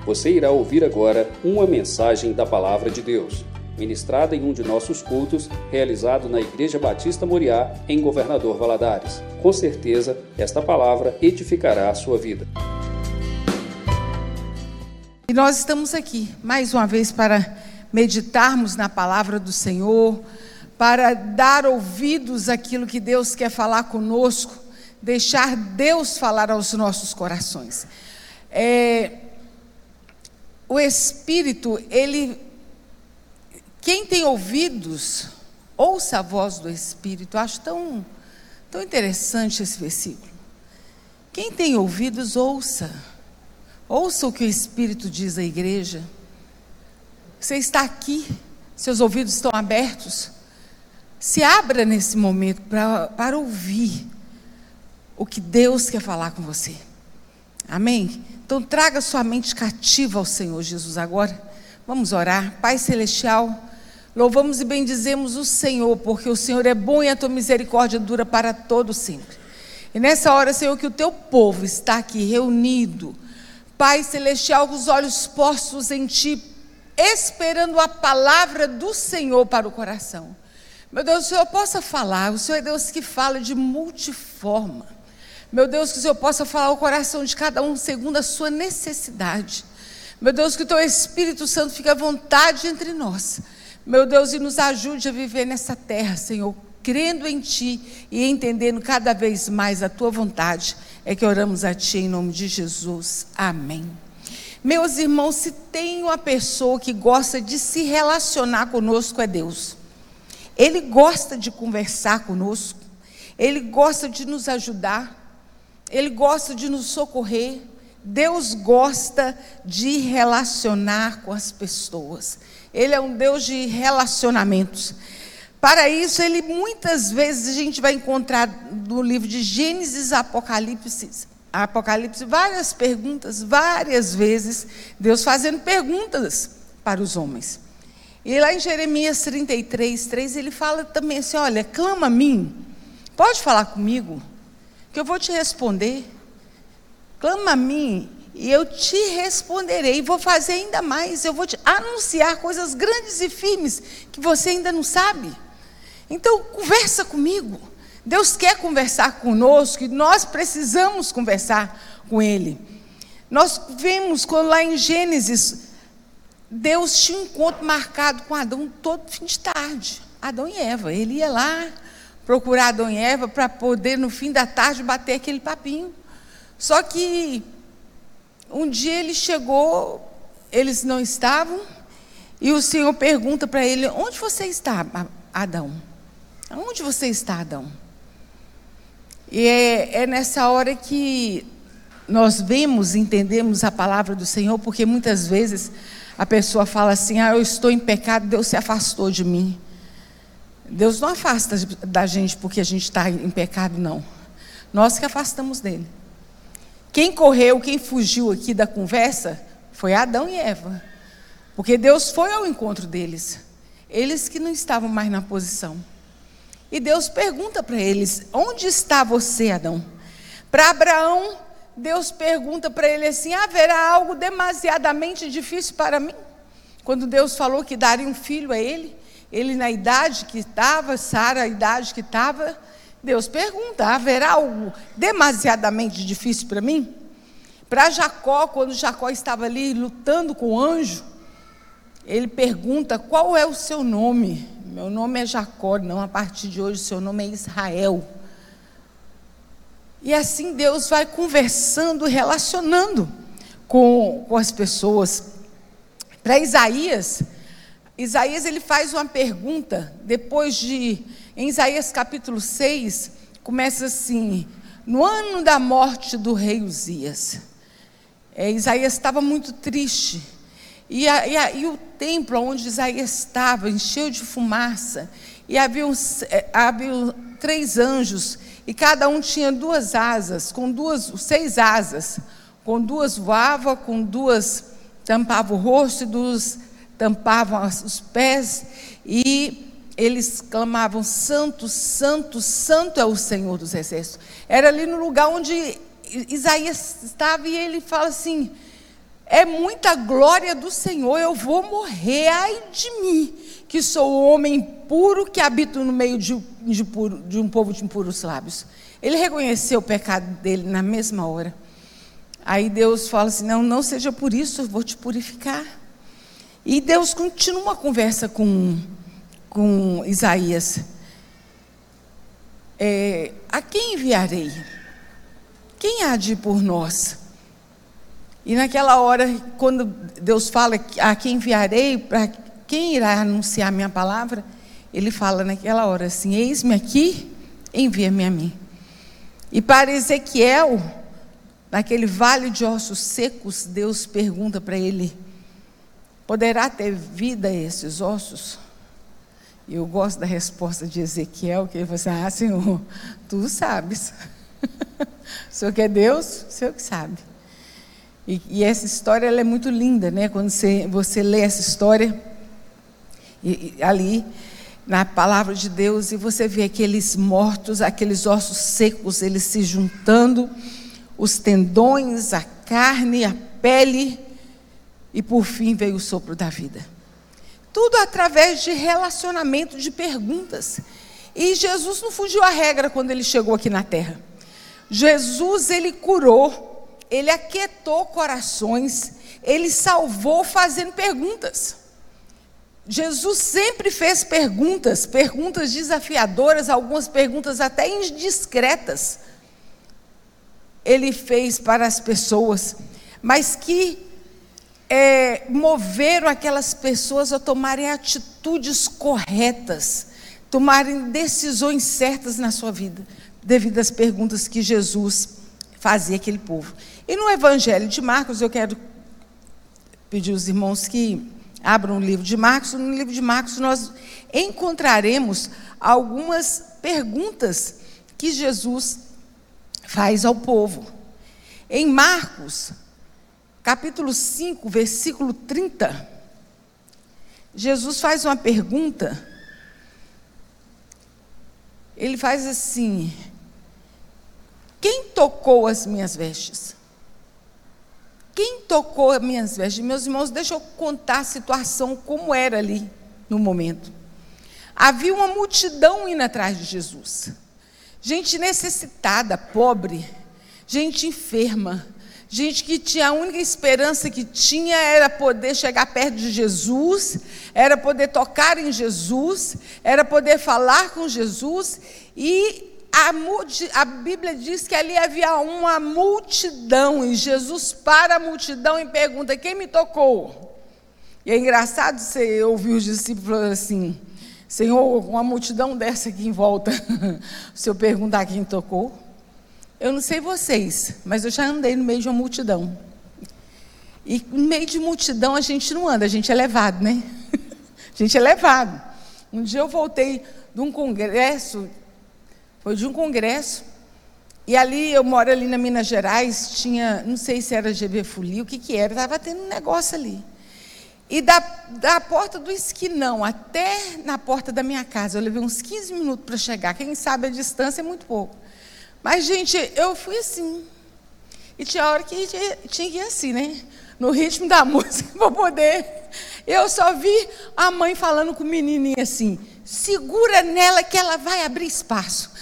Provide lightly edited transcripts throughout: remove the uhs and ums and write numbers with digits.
Você irá ouvir agora uma mensagem da Palavra de Deus, ministrada em um de nossos cultos, realizado na Igreja Batista Moriá, em Governador Valadares. Com certeza, esta palavra edificará a sua vida. E nós estamos aqui, mais uma vez, para meditarmos na Palavra do Senhor, para dar ouvidos àquilo que Deus quer falar conosco, deixar Deus falar aos nossos corações. O Espírito, quem tem ouvidos, ouça a voz do Espírito. Eu acho tão interessante esse versículo. Quem tem ouvidos, ouça o que o Espírito diz à igreja. Você está aqui, seus ouvidos estão abertos. Se abra nesse momento para ouvir o que Deus quer falar com você. Amém? Então traga sua mente cativa ao Senhor Jesus agora. Vamos orar. Pai Celestial, louvamos e bendizemos o Senhor, porque o Senhor é bom e a tua misericórdia dura para todo sempre. E nessa hora, Senhor, que o teu povo está aqui reunido, Pai Celestial, com os olhos postos em ti, esperando a palavra do Senhor para o coração. Meu Deus, o Senhor possa falar. O Senhor é Deus que fala de multiforma. Meu Deus, que o Senhor possa falar o coração de cada um segundo a sua necessidade. Meu Deus, que o teu Espírito Santo fique à vontade entre nós. Meu Deus, e nos ajude a viver nessa terra, Senhor, crendo em ti e entendendo cada vez mais a tua vontade. É que oramos a ti em nome de Jesus. Amém. Meus irmãos, se tem uma pessoa que gosta de se relacionar conosco, é Deus. Ele gosta de conversar conosco. Ele gosta de nos ajudar. Ele gosta de nos socorrer. Deus gosta de relacionar com as pessoas. Ele é um Deus de relacionamentos. Para isso, muitas vezes a gente vai encontrar no livro de Gênesis, Apocalipse, várias perguntas, várias vezes, Deus fazendo perguntas para os homens. E lá em Jeremias 33:3, ele fala também assim: olha, clama a mim, pode falar comigo, que eu vou te responder. Clama a mim e eu te responderei, e vou fazer ainda mais, eu vou te anunciar coisas grandes e firmes que você ainda não sabe. Então conversa comigo. Deus quer conversar conosco e nós precisamos conversar com Ele. Nós vemos quando lá em Gênesis, Deus tinha um encontro marcado com Adão todo fim de tarde. Adão e Eva, ele ia lá procurar Adão e Eva para poder no fim da tarde bater aquele papinho. Só que um dia ele chegou, eles não estavam, e o Senhor pergunta para ele: onde você está, Adão? Onde você está, Adão? E é nessa hora que nós vemos, entendemos a palavra do Senhor, porque muitas vezes a pessoa fala assim: eu estou em pecado, Deus se afastou de mim. Deus não afasta da gente porque a gente está em pecado, não. Nós que afastamos dele. Quem correu, quem fugiu aqui da conversa foi Adão e Eva, porque Deus foi ao encontro deles, eles que não estavam mais na posição. E Deus pergunta para eles: onde está você, Adão? Para Abraão, Deus pergunta para ele assim: haverá algo demasiadamente difícil para mim? Quando Deus falou que daria um filho a ele na idade que estava, Sara, a idade que estava, Deus pergunta: haverá algo demasiadamente difícil para mim? Para Jacó, quando Jacó estava ali lutando com o anjo, ele pergunta: qual é o seu nome? Meu nome é Jacó, não, a partir de hoje o seu nome é Israel. E assim Deus vai conversando, relacionando com as pessoas. Para Isaías ele faz uma pergunta, em Isaías capítulo 6, começa assim: no ano da morte do rei Uzias. Isaías estava muito triste, e o templo onde Isaías estava encheu de fumaça, e havia 3 anjos, e cada um tinha 2 asas, 6 asas, com 2 voava, com 2 tampava o rosto, e 2 tampavam os pés, e eles clamavam: santo, santo, santo é o Senhor dos exércitos. Era ali no lugar onde Isaías estava, e ele fala assim: é muita glória do Senhor, eu vou morrer, ai de mim, que sou o homem puro que habito no meio de um povo de impuros lábios. Ele reconheceu o pecado dele na mesma hora. Aí Deus fala assim, não seja por isso, eu vou te purificar. E Deus continua a conversa com Isaías. A quem enviarei? Quem há de ir por nós? E naquela hora, quando Deus fala a quem enviarei, para quem irá anunciar a minha palavra, Ele fala naquela hora assim, eis-me aqui, envia-me a mim. E para Ezequiel, naquele vale de ossos secos, Deus pergunta para ele, poderá ter vida esses ossos? E eu gosto da resposta de Ezequiel, que ele fala assim, Senhor, tu sabes. O Senhor que é Deus, o Senhor que sabe. E essa história ela é muito linda, né? Quando você lê essa história, ali na palavra de Deus, e você vê aqueles mortos, aqueles ossos secos, eles se juntando, os tendões, a carne, a pele, e por fim veio o sopro da vida. Tudo através de relacionamento, de perguntas. E Jesus não fugiu à regra quando ele chegou aqui na terra. Jesus, ele curou, ele aquietou corações, ele salvou fazendo perguntas. Jesus sempre fez perguntas desafiadoras, algumas perguntas até indiscretas. Ele fez para as pessoas, mas que moveram aquelas pessoas a tomarem atitudes corretas, tomarem decisões certas na sua vida, devido às perguntas que Jesus fazia àquele povo. E no Evangelho de Marcos, eu quero pedir aos irmãos que abram o livro de Marcos. No livro de Marcos nós encontraremos algumas perguntas que Jesus faz ao povo. Em Marcos, capítulo 5, versículo 30, Jesus faz uma pergunta. Ele faz assim, quem tocou as minhas vestes? Quem tocou as minhas vestes? Meus irmãos, deixa eu contar a situação como era ali no momento. Havia uma multidão indo atrás de Jesus. Gente necessitada, pobre, gente enferma, gente que tinha a única esperança que tinha era poder chegar perto de Jesus, era poder tocar em Jesus, era poder falar com Jesus, e a Bíblia diz que ali havia uma multidão, e Jesus para a multidão e pergunta, quem me tocou? E é engraçado você ouvir os discípulos assim, Senhor, uma multidão dessa aqui em volta, se eu perguntar quem tocou, eu não sei vocês, mas eu já andei no meio de uma multidão, e no meio de multidão a gente não anda, a gente é levado, né? A gente é levado. Um dia eu voltei de um congresso, e ali, eu moro ali na Minas Gerais, tinha, não sei se era GB Folia, o que era, estava tendo um negócio ali. E da porta do esquinão até na porta da minha casa, eu levei uns 15 minutos para chegar, quem sabe a distância é muito pouco. Mas, gente, eu fui assim, e tinha hora que tinha que ir assim, né? No ritmo da música, para poder. Eu só vi a mãe falando com o menininho assim, segura nela que ela vai abrir espaço.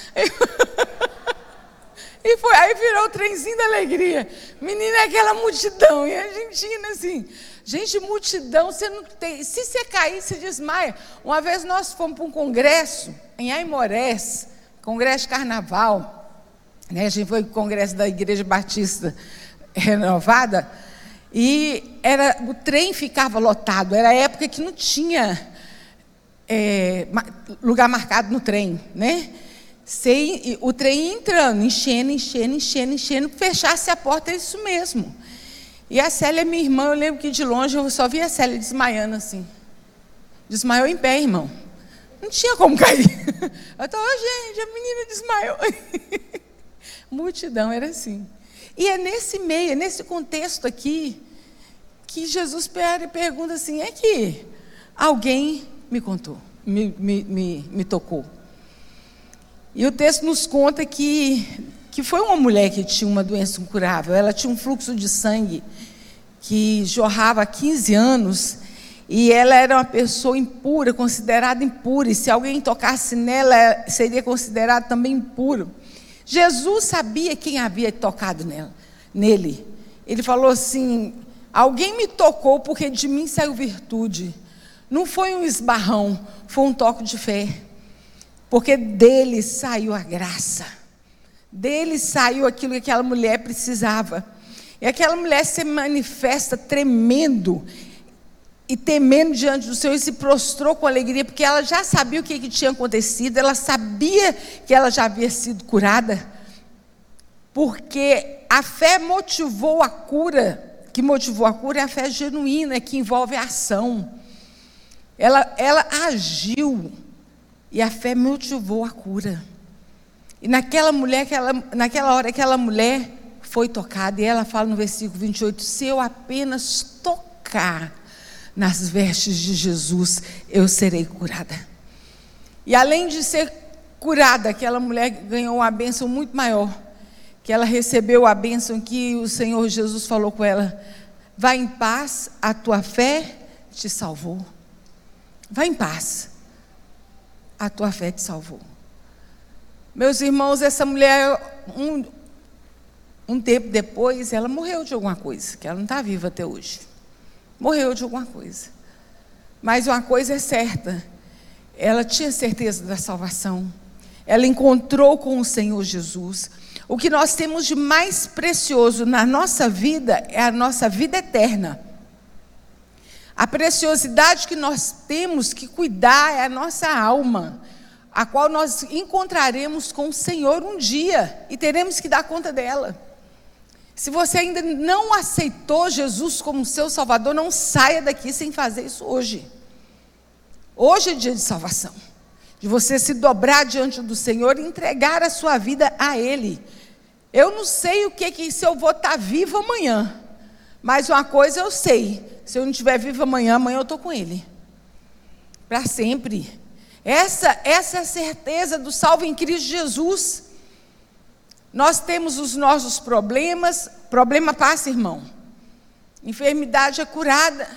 E foi, aí virou o trenzinho da alegria. Menina, aquela multidão, e a gente indo assim, gente, multidão, você não tem, se você cair, você desmaia. Uma vez nós fomos para um congresso em Aimorés, congresso de carnaval, né? A gente foi para o congresso da Igreja Batista Renovada, e o trem ficava lotado, era a época que não tinha lugar marcado no trem, né? O trem entrando, enchendo, fechasse a porta, é isso mesmo. E a Célia, minha irmã, eu lembro que de longe eu só via a Célia desmaiando assim. Desmaiou em pé, irmão. Não tinha como cair. Eu estava, gente, a menina desmaiou. Multidão, era assim. E é nesse meio, é nesse contexto aqui, que Jesus pergunta assim, é que alguém me contou, me tocou. E o texto nos conta que foi uma mulher que tinha uma doença incurável, ela tinha um fluxo de sangue que jorrava há 15 anos, e ela era uma pessoa impura, considerada impura, e se alguém tocasse nela, seria considerado também impuro. Jesus sabia quem havia tocado nele. Ele falou assim: alguém me tocou porque de mim saiu virtude. Não foi um esbarrão, foi um toque de fé. Porque dele saiu a graça. Dele saiu aquilo que aquela mulher precisava. E aquela mulher se manifesta tremendo e temendo diante do Senhor, e se prostrou com alegria, porque ela já sabia o que tinha acontecido, ela sabia que ela já havia sido curada, porque a fé motivou a cura. Que motivou a cura é a fé genuína, que envolve a ação. Ela agiu, e a fé motivou a cura. E naquela hora, aquela mulher foi tocada, e ela fala no versículo 28, se eu apenas tocar nas vestes de Jesus, eu serei curada. E além de ser curada, aquela mulher ganhou uma bênção muito maior, que ela recebeu a bênção que o Senhor Jesus falou com ela: vá em paz, a tua fé te salvou. Vá em paz, a tua fé te salvou. Meus irmãos, essa mulher, um tempo depois, ela morreu de alguma coisa, que ela não está viva até hoje. Morreu de alguma coisa. Mas uma coisa é certa, ela tinha certeza da salvação. Ela encontrou com o Senhor Jesus. O que nós temos de mais precioso na nossa vida é a nossa vida eterna. A preciosidade que nós temos que cuidar é a nossa alma, a qual nós encontraremos com o Senhor um dia e teremos que dar conta dela. Se você ainda não aceitou Jesus como seu Salvador, não saia daqui sem fazer isso hoje. Hoje é dia de salvação, de você se dobrar diante do Senhor e entregar a sua vida a Ele. Eu não sei se eu vou estar vivo amanhã, mas uma coisa eu sei: se eu não estiver vivo amanhã eu estou com Ele, para sempre. Essa é a certeza do salvo em Cristo Jesus. Nós temos os nossos problemas, problema passa, irmão. Enfermidade é curada.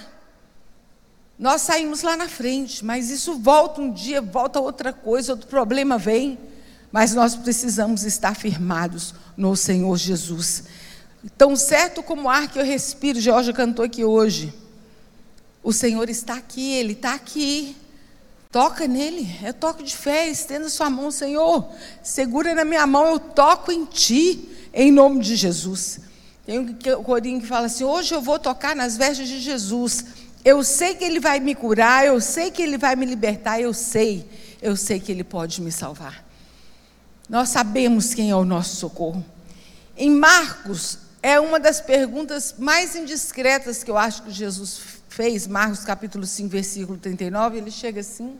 Nós saímos lá na frente, mas isso volta um dia, volta outra coisa, outro problema vem. Mas nós precisamos estar firmados no Senhor Jesus. Tão certo como o ar que eu respiro, Jorge cantou aqui hoje. O Senhor está aqui, Ele está aqui. Toca nele, é toque de fé, estenda sua mão, Senhor, segura na minha mão, eu toco em ti, em nome de Jesus. Tem um corinho que fala assim: hoje eu vou tocar nas vestes de Jesus, eu sei que Ele vai me curar, eu sei que Ele vai me libertar, eu sei que Ele pode me salvar. Nós sabemos quem é o nosso socorro. Em Marcos, é uma das perguntas mais indiscretas que eu acho que Jesus fez. Marcos capítulo 5, versículo 39, ele chega assim: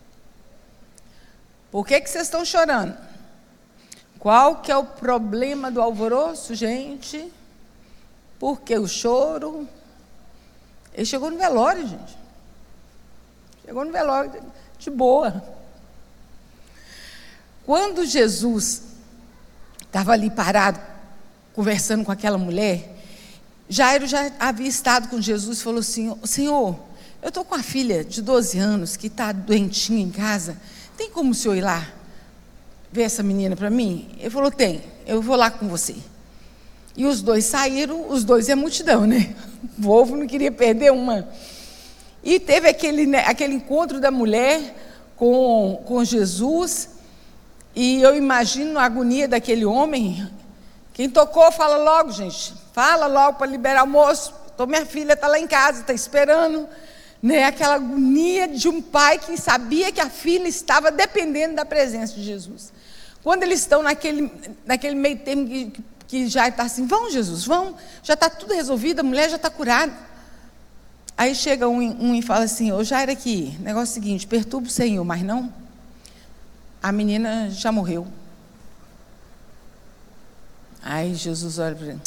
por que vocês estão chorando? Qual que é o problema do alvoroço, gente? Por que o choro? Ele chegou no velório, gente. Chegou no velório de boa. Quando Jesus estava ali parado, conversando com aquela mulher, Jairo já havia estado com Jesus e falou assim: Senhor, eu estou com a filha de 12 anos que está doentinha em casa, tem como o senhor ir lá ver essa menina para mim? Ele falou: tem, eu vou lá com você. E os dois saíram, os dois é multidão, né? O povo não queria perder uma. E teve aquele encontro da mulher com Jesus, e eu imagino a agonia daquele homem. Quem tocou, fala logo, gente. Fala logo para liberar o moço. Minha filha está lá em casa, está esperando. Né? Aquela agonia de um pai que sabia que a filha estava dependendo da presença de Jesus. Quando eles estão naquele meio termo que já está assim: vão, Jesus, vão. Já está tudo resolvido, a mulher já está curada. Aí chega um e fala assim: ô Jairo, aqui, negócio é o seguinte, perturba o Senhor, mas não. A menina já morreu. Aí Jesus olha para ele: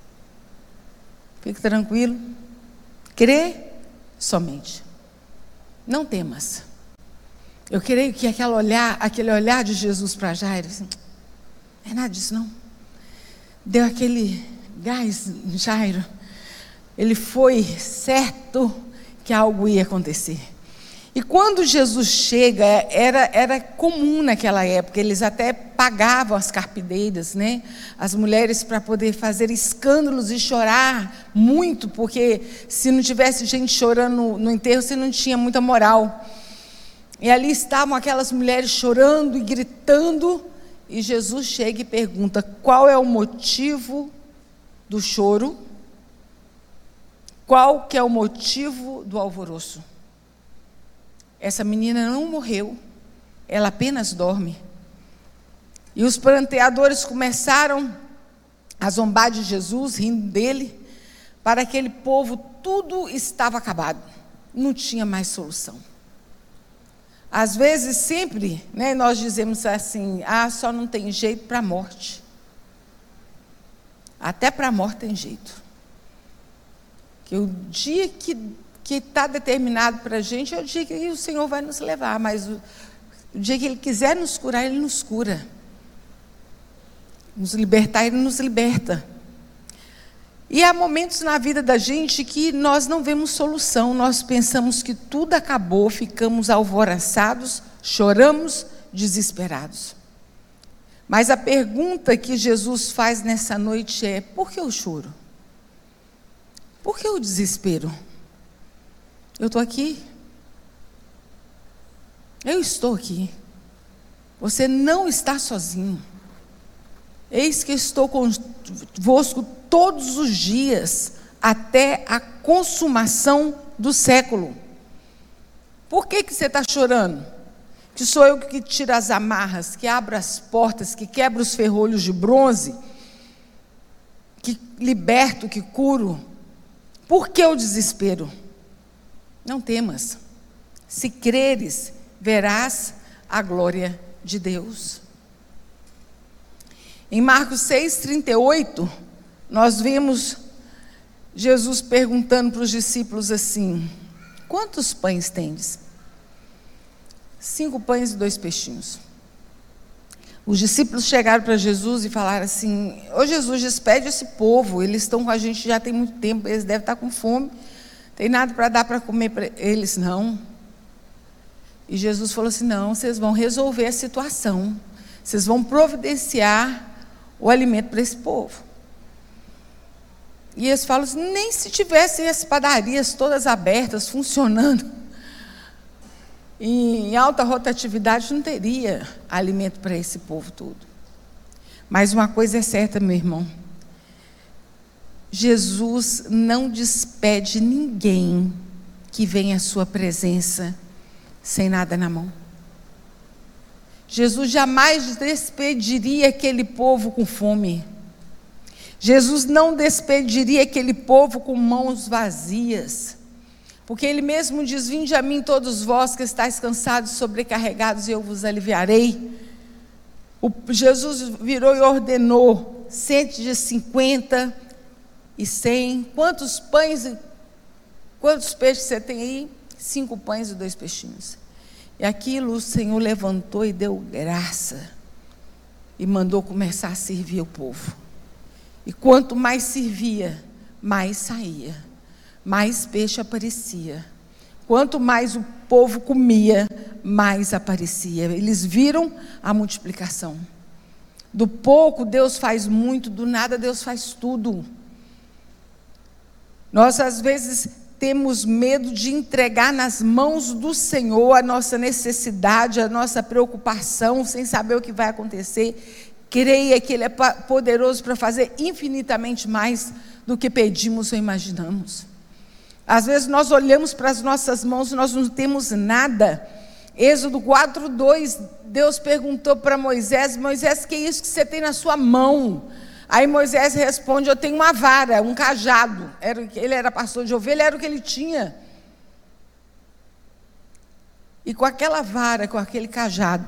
fique tranquilo, crê somente, não temas. Eu creio que aquele olhar de Jesus para Jairo, assim, não é nada disso não. Deu aquele gás, Jairo. ele foi certo que algo ia acontecer. E quando Jesus chega, era comum naquela época, eles até pagavam as carpideiras, né? As mulheres, para poder fazer escândalos e chorar muito, porque se não tivesse gente chorando no enterro, você não tinha muita moral. E ali estavam aquelas mulheres chorando e gritando, e Jesus chega e pergunta: qual é o motivo do choro? Qual que é o motivo do alvoroço? Essa menina não morreu, ela apenas dorme. E os pranteadores começaram a zombar de Jesus, rindo dele. Para aquele povo tudo estava acabado, não tinha mais solução. Às vezes, sempre, né, nós dizemos assim: só não tem jeito para a morte. Até para a morte tem jeito. Que o dia que está determinado para a gente é o dia que o Senhor vai nos levar, mas o dia que Ele quiser nos curar, Ele nos cura. Nos libertar, Ele nos liberta. E há momentos na vida da gente que nós não vemos solução, nós pensamos que tudo acabou, ficamos alvoroçados, choramos, desesperados. Mas a pergunta que Jesus faz nessa noite é: por que eu choro? Por que o desespero? Eu estou aqui. Eu estou aqui. Você não está sozinho. Eis que estou convosco todos os dias, até a consumação do século. Por que você está chorando? Que sou eu que tiro as amarras, que abro as portas, que quebro os ferrolhos de bronze, que liberto, que curo. Por que o desespero? Não temas, se creres, verás a glória de Deus. Em Marcos 6,38, nós vemos Jesus perguntando para os discípulos assim: quantos pães tendes? 5 pães e 2 peixinhos. Os discípulos chegaram para Jesus e falaram assim: ô Jesus, despede esse povo, eles estão com a gente já tem muito tempo, eles devem estar com fome. Tem nada para dar para comer para eles, não. E Jesus falou assim: não, vocês vão resolver a situação. Vocês vão providenciar o alimento para esse povo. E eles falam assim: nem se tivessem as padarias todas abertas, funcionando, em alta rotatividade, não teria alimento para esse povo todo. Mas uma coisa é certa, meu irmão: Jesus não despede ninguém que vem à sua presença sem nada na mão. Jesus jamais despediria aquele povo com fome. Jesus não despediria aquele povo com mãos vazias. Porque Ele mesmo diz: vinde a mim todos vós que estáis cansados e sobrecarregados, e eu vos aliviarei. Jesus virou e ordenou 150 e 100. Quantos pães e quantos peixes você tem aí? 5 pães e 2 peixinhos. E aquilo o Senhor levantou e deu graça, e mandou começar a servir o povo. E quanto mais servia, mais saía, mais peixe aparecia. Quanto mais o povo comia, mais aparecia. Eles viram a multiplicação. Do pouco Deus faz muito, do nada Deus faz tudo. Nós às vezes temos medo de entregar nas mãos do Senhor a nossa necessidade, a nossa preocupação, sem saber o que vai acontecer. Creia que Ele é poderoso para fazer infinitamente mais do que pedimos ou imaginamos. Às vezes nós olhamos para as nossas mãos e nós não temos nada. Êxodo 4:2, Deus perguntou para Moisés: Moisés, que é isso que você tem na sua mão? Aí Moisés responde: eu tenho uma vara, um cajado. Ele era pastor de ovelha, era o que ele tinha. E com aquela vara, com aquele cajado,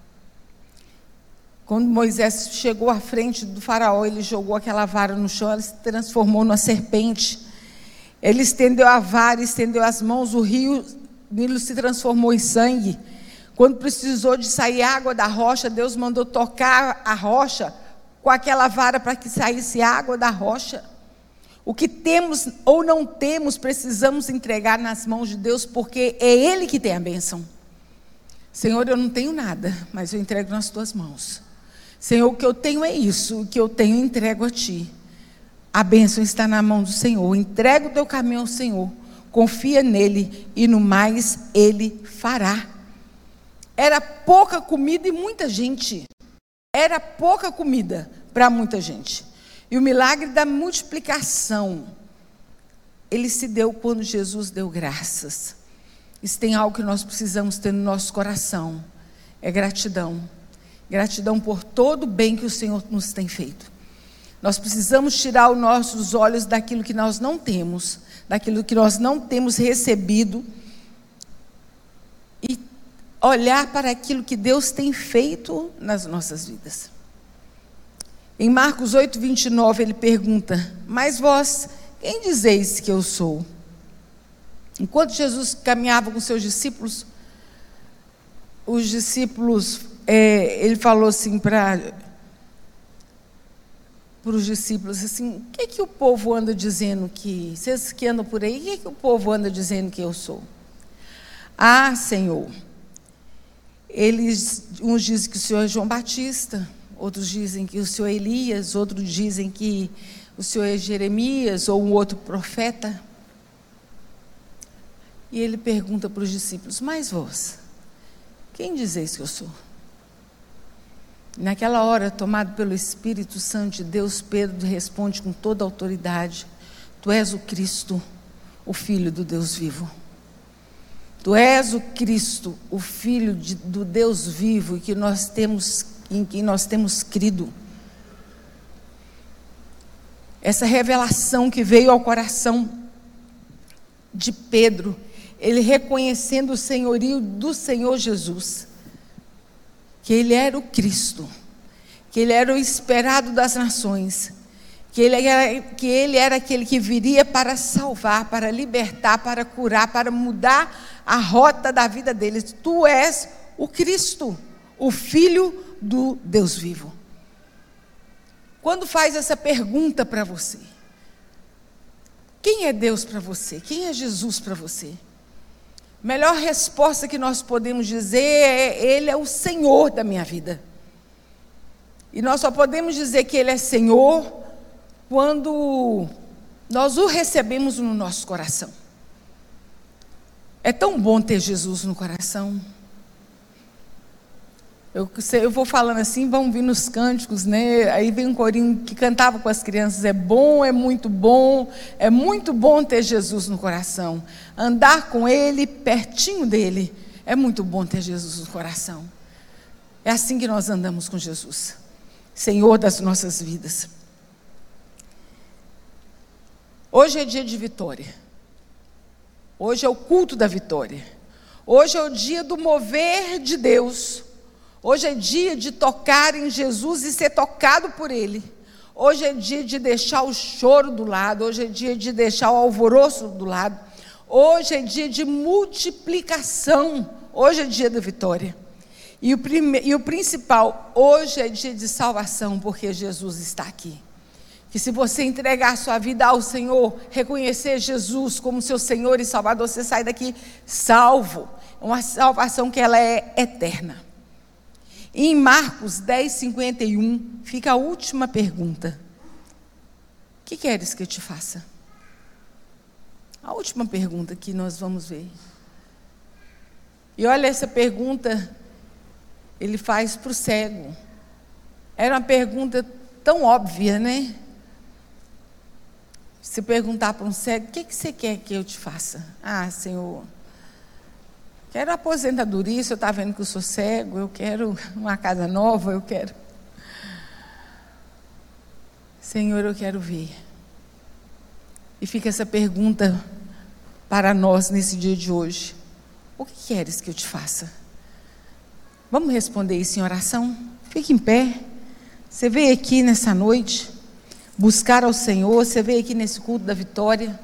quando Moisés chegou à frente do faraó, ele jogou aquela vara no chão, ela se transformou numa serpente. Ele estendeu a vara, estendeu as mãos, o rio Nilo se transformou em sangue. Quando precisou de sair água da rocha, Deus mandou tocar a rocha com aquela vara para que saísse água da rocha. O que temos ou não temos, precisamos entregar nas mãos de Deus, porque é Ele que tem a bênção. Senhor, eu não tenho nada, mas eu entrego nas tuas mãos. Senhor, o que eu tenho é isso, o que eu tenho eu entrego a ti. A bênção está na mão do Senhor. Entrega o teu caminho ao Senhor, confia nele e no mais Ele fará. Era pouca comida e muita gente. Era pouca comida para muita gente. E o milagre da multiplicação, ele se deu quando Jesus deu graças. Isso tem algo que nós precisamos ter no nosso coração, é gratidão. Gratidão por todo o bem que o Senhor nos tem feito. Nós precisamos tirar os nossos olhos daquilo que nós não temos, daquilo que nós não temos recebido, e olhar para aquilo que Deus tem feito nas nossas vidas. Em Marcos 8, 29, ele pergunta: mas vós, quem dizeis que eu sou? Enquanto Jesus caminhava com seus discípulos, os discípulos, ele falou assim para os discípulos, assim: o que é que o povo anda dizendo que, vocês que andam por aí, o que é que o povo anda dizendo que eu sou? Ah, Senhor, uns dizem que o Senhor é João Batista, outros dizem que o Senhor é Elias, outros dizem que o Senhor é Jeremias ou um outro profeta. E ele pergunta para os discípulos: mas vós, quem dizeis que eu sou? Naquela hora, tomado pelo Espírito Santo de Deus, Pedro responde com toda a autoridade: tu és o Cristo, o Filho do Deus vivo. Tu és o Cristo, o Filho do Deus vivo, em que nós temos crido. Essa revelação que veio ao coração de Pedro, ele reconhecendo o senhorio do Senhor Jesus, que ele era o Cristo, que ele era o esperado das nações, que ele era aquele que viria para salvar, para libertar, para curar, para mudar a rota da vida deles. Tu és o Cristo, o Filho do Deus vivo. Quando faz essa pergunta para você, quem é Deus para você? Quem é Jesus para você? Melhor resposta que nós podemos dizer é: Ele é o Senhor da minha vida. E nós só podemos dizer que Ele é Senhor quando nós o recebemos no nosso coração. É tão bom ter Jesus no coração. Eu vou falando assim, vão vir nos cânticos, né? Aí vem um corinho que cantava com as crianças: é muito bom ter Jesus no coração. Andar com Ele, pertinho dEle, é muito bom ter Jesus no coração. É assim que nós andamos com Jesus, Senhor das nossas vidas. Hoje é dia de vitória. Hoje é o culto da vitória. Hoje é o dia do mover de Deus. Hoje é dia de tocar em Jesus e ser tocado por Ele. Hoje é dia de deixar o choro do lado. Hoje é dia de deixar o alvoroço do lado. Hoje é dia de multiplicação. Hoje é dia da vitória. E o principal, hoje é dia de salvação, porque Jesus está aqui. Que se você entregar a sua vida ao Senhor, reconhecer Jesus como seu Senhor e Salvador, você sai daqui salvo. Uma salvação que ela é eterna. Em Marcos 10, 51, fica a última pergunta: o que queres que eu te faça? A última pergunta que nós vamos ver. E olha, essa pergunta ele faz para o cego. Era uma pergunta tão óbvia, né? Se perguntar para um cego: o que você quer que eu te faça? Ah, Senhor, quero aposentadoria, o Senhor está vendo que eu sou cego, eu quero uma casa nova, eu quero. Senhor, eu quero ver. E fica essa pergunta para nós nesse dia de hoje: o que queres que eu te faça? Vamos responder isso em oração? Fique em pé. Você veio aqui nessa noite buscar ao Senhor, você veio aqui nesse culto da vitória.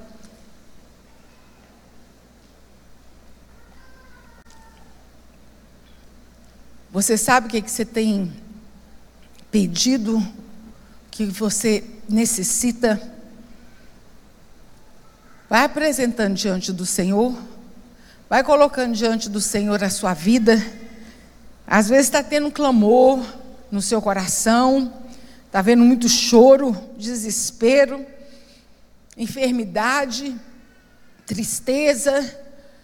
Você sabe o que você tem pedido, que você necessita? Vai apresentando diante do Senhor, vai colocando diante do Senhor a sua vida. Às vezes está tendo um clamor no seu coração, está vendo muito choro, desespero, enfermidade, tristeza.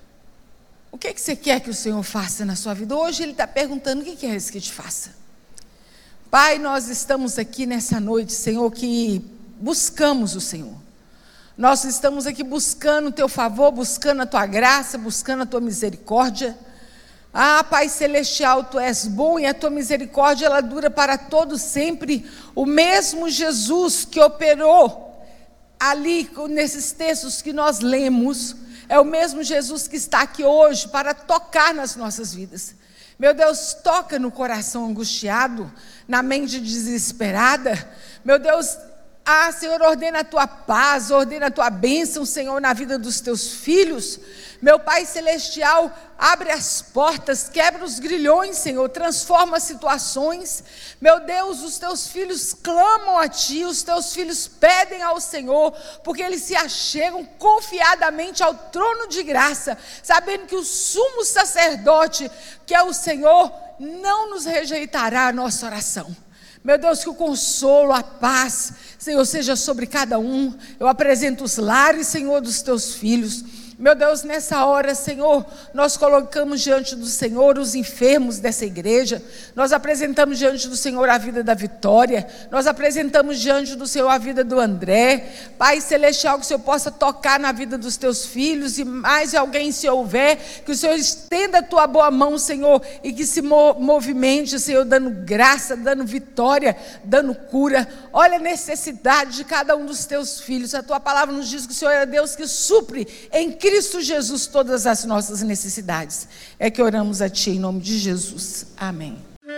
O que você quer que o Senhor faça na sua vida? Hoje Ele está perguntando: o que é isso que te faça? Pai, nós estamos aqui nessa noite, Senhor, que buscamos o Senhor. Nós estamos aqui buscando o Teu favor, buscando a Tua graça, buscando a Tua misericórdia. Ah, Pai Celestial, Tu és bom e a Tua misericórdia, ela dura para todos sempre. O mesmo Jesus que operou ali, nesses textos que nós lemos, é o mesmo Jesus que está aqui hoje para tocar nas nossas vidas. Meu Deus, toca no coração angustiado, na mente desesperada. Meu Deus, Senhor, ordena a Tua paz, ordena a Tua bênção, Senhor, na vida dos Teus filhos. Meu Pai Celestial, abre as portas, quebra os grilhões, Senhor, transforma situações. Meu Deus, os Teus filhos clamam a Ti, os Teus filhos pedem ao Senhor, porque eles se achegam confiadamente ao trono de graça, sabendo que o sumo sacerdote, que é o Senhor, não nos rejeitará a nossa oração. Meu Deus, que o consolo, a paz, Senhor, seja sobre cada um. Eu apresento os lares, Senhor, dos Teus filhos. Meu Deus, nessa hora, Senhor, nós colocamos diante do Senhor os enfermos dessa igreja. Nós apresentamos diante do Senhor a vida da Vitória. Nós apresentamos diante do Senhor a vida do André. Pai Celestial, que o Senhor possa tocar na vida dos Teus filhos. E mais alguém, se houver, que o Senhor estenda a Tua boa mão, Senhor, e que se movimente, Senhor, dando graça, dando vitória, dando cura. Olha a necessidade de cada um dos Teus filhos. A Tua palavra nos diz que o Senhor é Deus que supre em Cristo Jesus todas as nossas necessidades. É que oramos a Ti em nome de Jesus. Amém.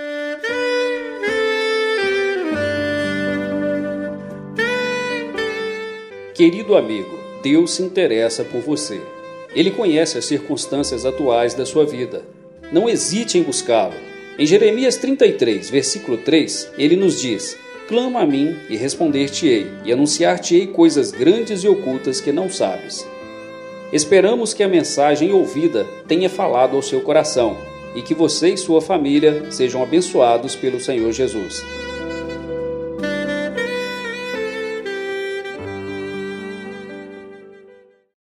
Querido amigo, Deus se interessa por você. Ele conhece as circunstâncias atuais da sua vida. Não hesite em buscá-lo. Em Jeremias 33, versículo 3, ele nos diz: clama a mim e responder-te-ei, e anunciar-te-ei coisas grandes e ocultas que não sabes. Esperamos que a mensagem ouvida tenha falado ao seu coração e que você e sua família sejam abençoados pelo Senhor Jesus.